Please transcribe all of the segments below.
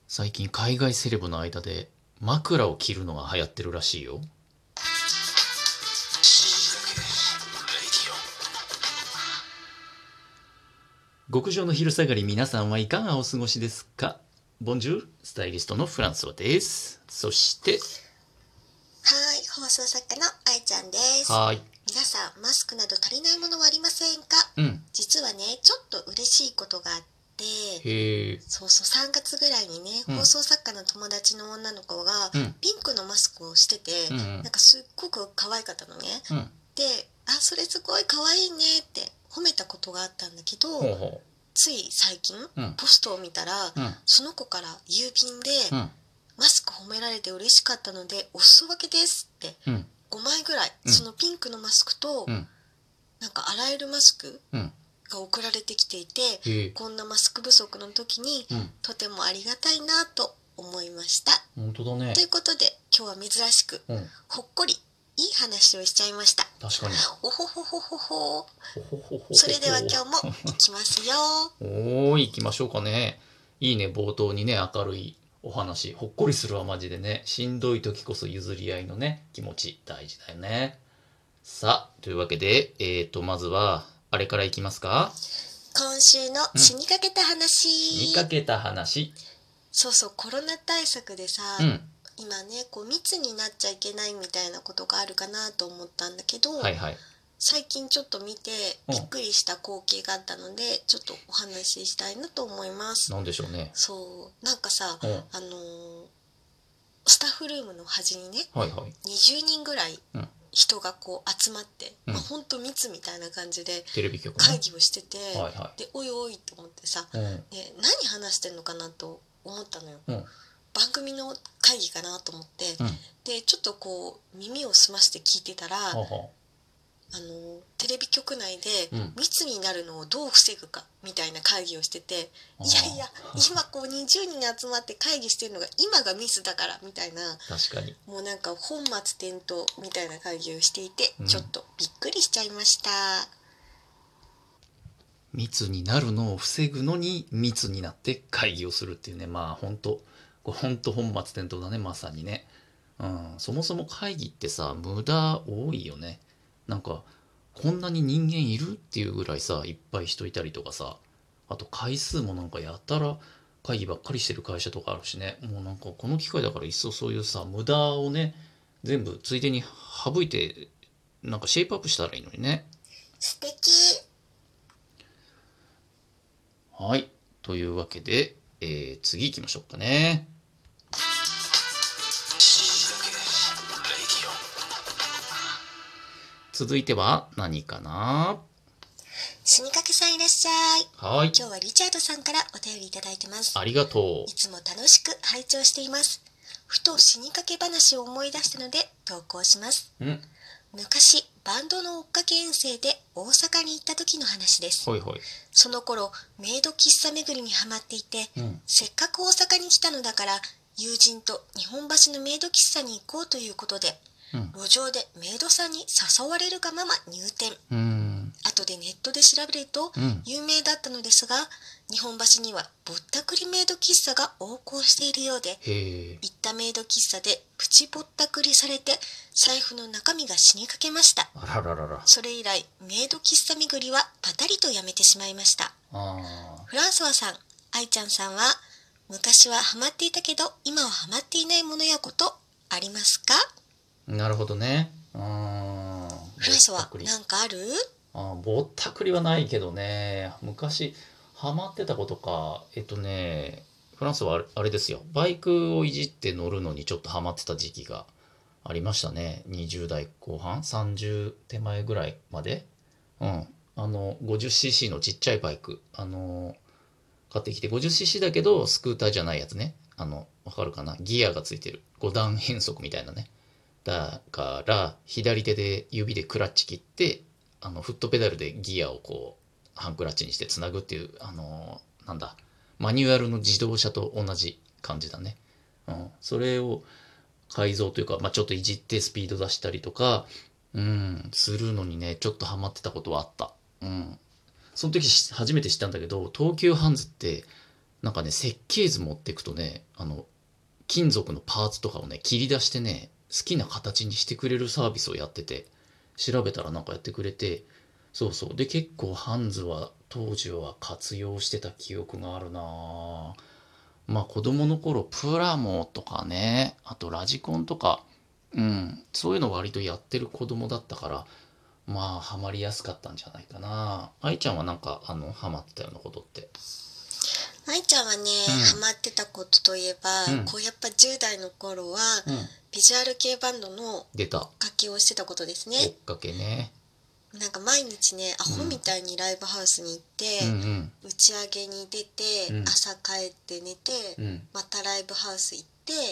最近海外セレブの間で枕を着るのが流行ってるらしいよ。極上の昼下がり、皆さんはいかがお過ごしですか？ボンジュール、スタイリストのフランソワです。そして放送作家の愛ちゃんです。皆さん、マスクなど足りないものはありませんか？実はね、ちょっと嬉しいことがあって、3月ぐらいにね、放送作家の友達の女の子がピンクのマスクをしてて、なんかすっごく可愛かったのね。で、それすごい可愛いねって褒めたことがあったんだけど、つい最近、ポストを見たら、その子から郵便で、マスク褒められて嬉しかったのでお裾分けですって、5枚ぐらい、そのピンクのマスクと、なんか洗えるマスクが送られてきていて、こんなマスク不足の時に、とてもありがたいなと思いました。 本当だね。 ということで今日は珍しく、ほっこりいい話をしちゃいました。 確かに。 おほほほほほ。それでは今日も行きますよ。 行きましょうかね。いいね、冒頭にね、明るいお話。ほっこりするわ、マジでね。しんどい時こそ譲り合いのね、気持ち大事だよね。さあ、というわけで、まずは、あれからいきますか？ 今週の死にかけた話。 死にかけた話。 そう、コロナ対策でさ、今ね、こう密になっちゃいけないみたいなことがあるかなと思ったんだけど、最近ちょっと見てびっくりした光景があったので、ちょっとお話ししたいなと思います。 なんでしょうね。 なんかさ、スタッフルームの端にね、20人ぐらい人がこう集まって、ほんと密みたいな感じでテレビ局会議をしてて、でおいおいと思ってさ、何話してんのかなと思ったのよ。番組の会議かなと思って、でちょっとこう耳を澄まして聞いてたら、テレビ局内で密になるのをどう防ぐかみたいな会議をしてて、いやいや今こう20人集まって会議してるのが今がミスだからみたいな、 確かにもうなんか本末転倒みたいな会議をしていて、ちょっとびっくりしちゃいました。 密になるのを防ぐのに密になって会議をするっていうね、まあ本当本末転倒だね、まさにね。そもそも会議ってさ、無駄多いよね。なんかこんなに人間いるっていうぐらいさ、いっぱい人いたりとかさ、あと回数もなんかやたら会議ばっかりしてる会社とかあるしね。もうなんかこの機会だからいっそそういうさ、無駄をね、全部ついでに省いて、なんかシェイプアップしたらいいのにね。 素敵。 はい、というわけで、次行きましょうかね。続いては何かな？ 死にかけさんいらっしゃい。今日はリチャードさんからお便りいただいてます。 ありがとう。 いつも楽しく拝聴しています。ふと死にかけ話を思い出したので投稿します。昔バンドの追っかけ遠征で大阪に行った時の話です。その頃メイド喫茶巡りにハマっていて、せっかく大阪に来たのだから友人と日本橋のメイド喫茶に行こうということで、路上でメイドさんに誘われるがまま入店。後でネットで調べると有名だったのですが、日本橋にはぼったくりメイド喫茶が横行しているようで、行ったメイド喫茶でプチぼったくりされて財布の中身が死にかけました。それ以来メイド喫茶巡りはパタリとやめてしまいました。フランソワさん、愛ちゃんさんは昔はハマっていたけど今はハマっていないものやことありますか？ なるほどね。 フランソワ、なんかある？ ぼったくりはないけどね、昔ハマってたことか。フランスはあれですよ、バイクをいじって乗るのにちょっとハマってた時期がありましたね。20代後半、30手前ぐらいまで。50cc のちっちゃいバイク、買ってきて、50cc だけどスクーターじゃないやつね。わかるかな、ギアがついてる5段変速みたいなね。だから左手で指でクラッチ切って、フットペダルでギアをこうハンクラッチにしてつなぐっていう、マニュアルの自動車と同じ感じだね。それを改造というか、ちょっといじってスピード出したりとか、するのにね、ちょっとハマってたことはあった。その時初めて知ったんだけど、東急ハンズってなんかね、設計図持ってくとね、金属のパーツとかをね、切り出してね、好きな形にしてくれるサービスをやってて、調べたらなんかやってくれて、そうそう。で、結構ハンズは当時は活用してた記憶があるなぁ。まあ子供の頃、プラモとかね、あとラジコンとか、そういうの割とやってる子供だったから、まあハマりやすかったんじゃないかな。愛ちゃんはなんか、ハマってたようなことって。 愛ちゃんはね、ハマってたことといえば、こうやっぱ10代の頃は、ビジュアル系バンドの出た。 追っかけをしてたことですね。 追っかけね。 なんか毎日ね、アホみたいにライブハウスに行って、打ち上げに出て、朝帰って寝て、またライブハウス行って、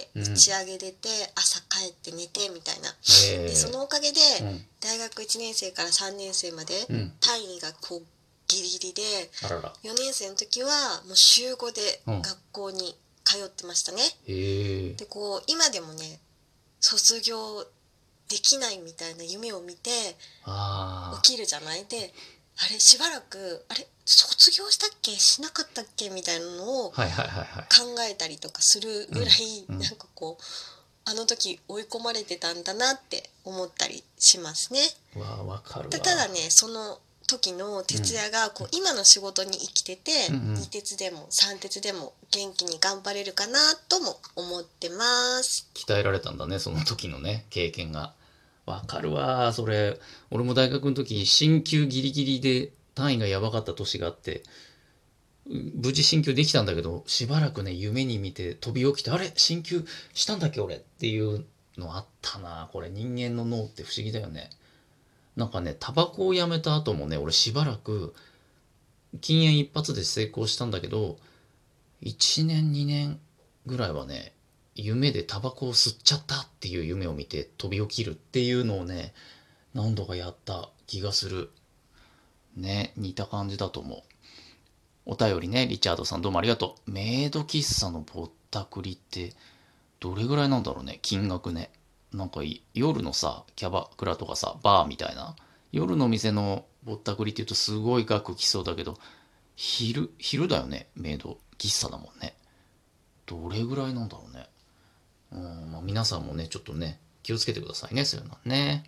打ち上げ出て、朝帰って寝てみたいな。でそのおかげで、大学1年生から3年生まで、単位がこうギリギリで、4年生の時はもう週5で学校に通ってましたね。でこう今でもね、卒業できないみたいな夢を見て起きるじゃない。であれしばらく卒業したっけしなかったっけみたいなのを考えたりとかするぐらい、なんかこうあの時追い込まれてたんだなって思ったりしますね。 わかるわ。 ただね、その時の徹夜がこう今の仕事に生きてて、2鉄でも3鉄でも元気に頑張れるかなとも思ってます。 鍛えられたんだね、その時のね経験が。わかるわそれ。俺も大学の時進級ギリギリで単位がやばかった年があって、無事進級できたんだけど、しばらくね夢に見て飛び起きて、あれ進級したんだっけ俺っていうのあったな。これ人間の脳って不思議だよね。なんかね、タバコをやめた後もね、俺しばらく禁煙一発で成功したんだけど、1年2年ぐらいはね、夢でタバコを吸っちゃったっていう夢を見て飛び起きるっていうのをね、何度かやった気がする。ね、似た感じだと思う。お便りね、リチャードさんどうもありがとう。メイド喫茶のぼったくりってどれぐらいなんだろうね、金額ね。なんか夜のさ、キャバクラとかさ、バーみたいな。夜の店のぼったくりって言うとすごい額きそうだけど、昼だよね、メイド喫茶だもんね。どれぐらいなんだろうね。まあ、皆さんもね、ちょっとね、気をつけてくださいね、そういうのね。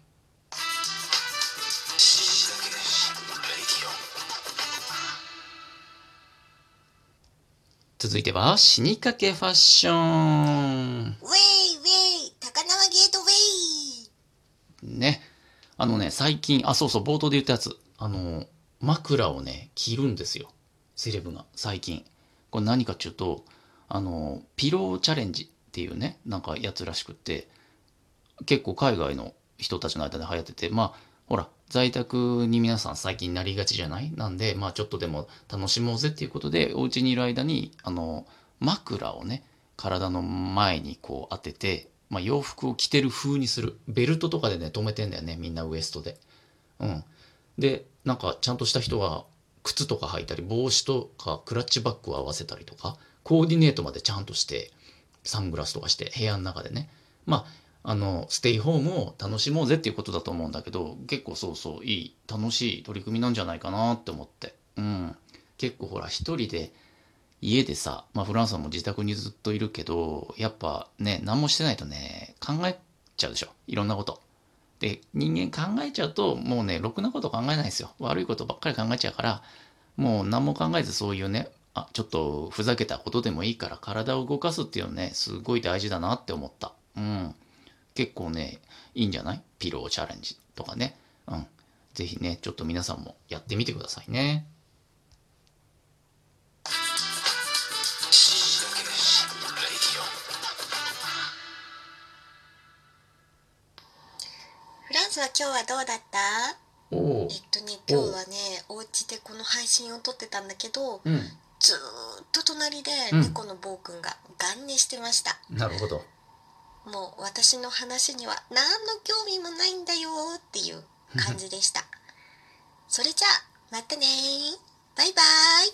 続いては、死にかけファッション。 ウェイウェイ、高輪ゲートウェイ。 ね。最近、そうそう、冒頭で言ったやつ。枕をね、着るんですよ。セレブが、最近。これ何かっていうと、ピローチャレンジっていうね、なんかやつらしくって、結構海外の人たちの間で流行ってて、まあ、ほら、在宅に皆さん最近なりがちじゃない？なんで、まあちょっとでも楽しもうぜっていうことで、お家にいる間に、枕をね、体の前にこう当てて、まあ洋服を着てる風にする。ベルトとかでね、留めてんだよね、みんなウエストで。うん。で、なんかちゃんとした人は、靴とか履いたり、帽子とかクラッチバッグを合わせたりとか、コーディネートまでちゃんとして、サングラスとかして部屋の中でね。まあ、ステイホームを楽しもうぜっていうことだと思うんだけど、結構そうそう、楽しい取り組みなんじゃないかなって思って。うん。結構ほら、一人で、家でさ、まあフランスはもう自宅にずっといるけど、やっぱね、何もしてないとね、考えちゃうでしょ。いろんなこと。で、人間考えちゃうと、もうね、ろくなこと考えないですよ。悪いことばっかり考えちゃうから、もう何も考えずそういうね、ちょっとふざけたことでもいいから体を動かすっていうのね、すごい大事だなって思った。うん。結構ね、いいんじゃない？ピローチャレンジとかね。うん。ぜひね、ちょっと皆さんもやってみてくださいね。 フランスは今日はどうだった？今日はね、お家でこの配信を撮ってたんだけど、ずーっと隣で猫のボーくんがガン寝してました。 なるほど。 もう私の話には何の興味もないんだよっていう感じでした。それじゃあ、またねー。バイバ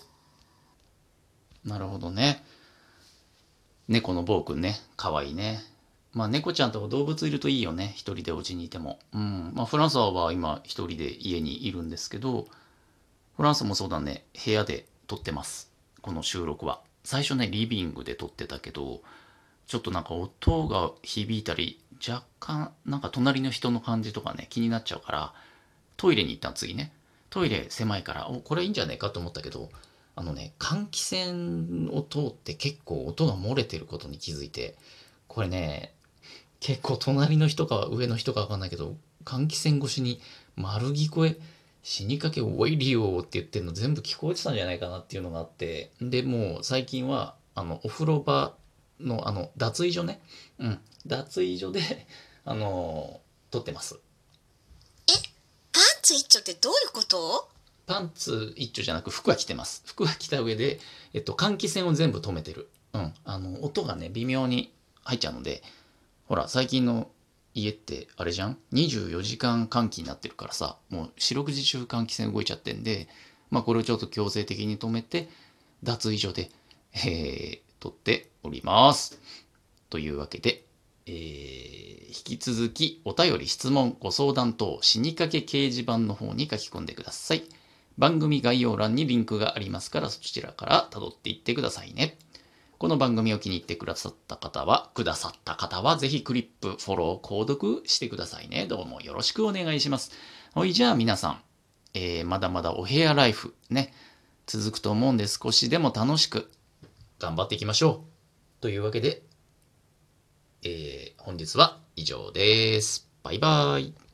イ。なるほどね。猫のボーくんね、かわいいね。まあ猫ちゃんとか動物いるといいよね。一人でお家にいても。まあフランスは今一人で家にいるんですけど、フランスもそうだね。部屋で撮ってます。この収録は。 最初ね、リビングで撮ってたけど、ちょっとなんか音が響いたり、若干なんか隣の人の感じとかね、気になっちゃうから、トイレに行った次ね。トイレ狭いから、これいいんじゃないかと思ったけど、換気扇を通って結構音が漏れてることに気づいて、これね、結構隣の人か上の人かわかんないけど、換気扇越しに丸聞こえ、死にかけおいりよって言ってるの全部聞こえてたんじゃないかなっていうのがあって、で、もう最近は、お風呂場の、脱衣所ね。うん。脱衣所で、撮ってます。 パンツ一丁ってどういうこと？ パンツ一丁じゃなく服は着てます。服は着た上で、換気扇を全部止めてる。うん。音がね、微妙に入っちゃうので、ほら、最近の家ってあれじゃん ?24 時間換気になってるからさ、もう四六時中換気扇動いちゃってんで、まあこれをちょっと強制的に止めて、脱衣所で、撮っております。というわけで、引き続きお便り、質問、ご相談等、死にかけ掲示板の方に書き込んでください。番組概要欄にリンクがありますから、そちらから辿っていってくださいね。この番組を気に入ってくださった方は、ぜひクリップ、フォロー、購読してくださいね。どうもよろしくお願いします。はい、じゃあ皆さん、まだまだお部屋ライフね、続くと思うんで少しでも楽しく頑張っていきましょう。というわけで、本日は以上です。バイバイ。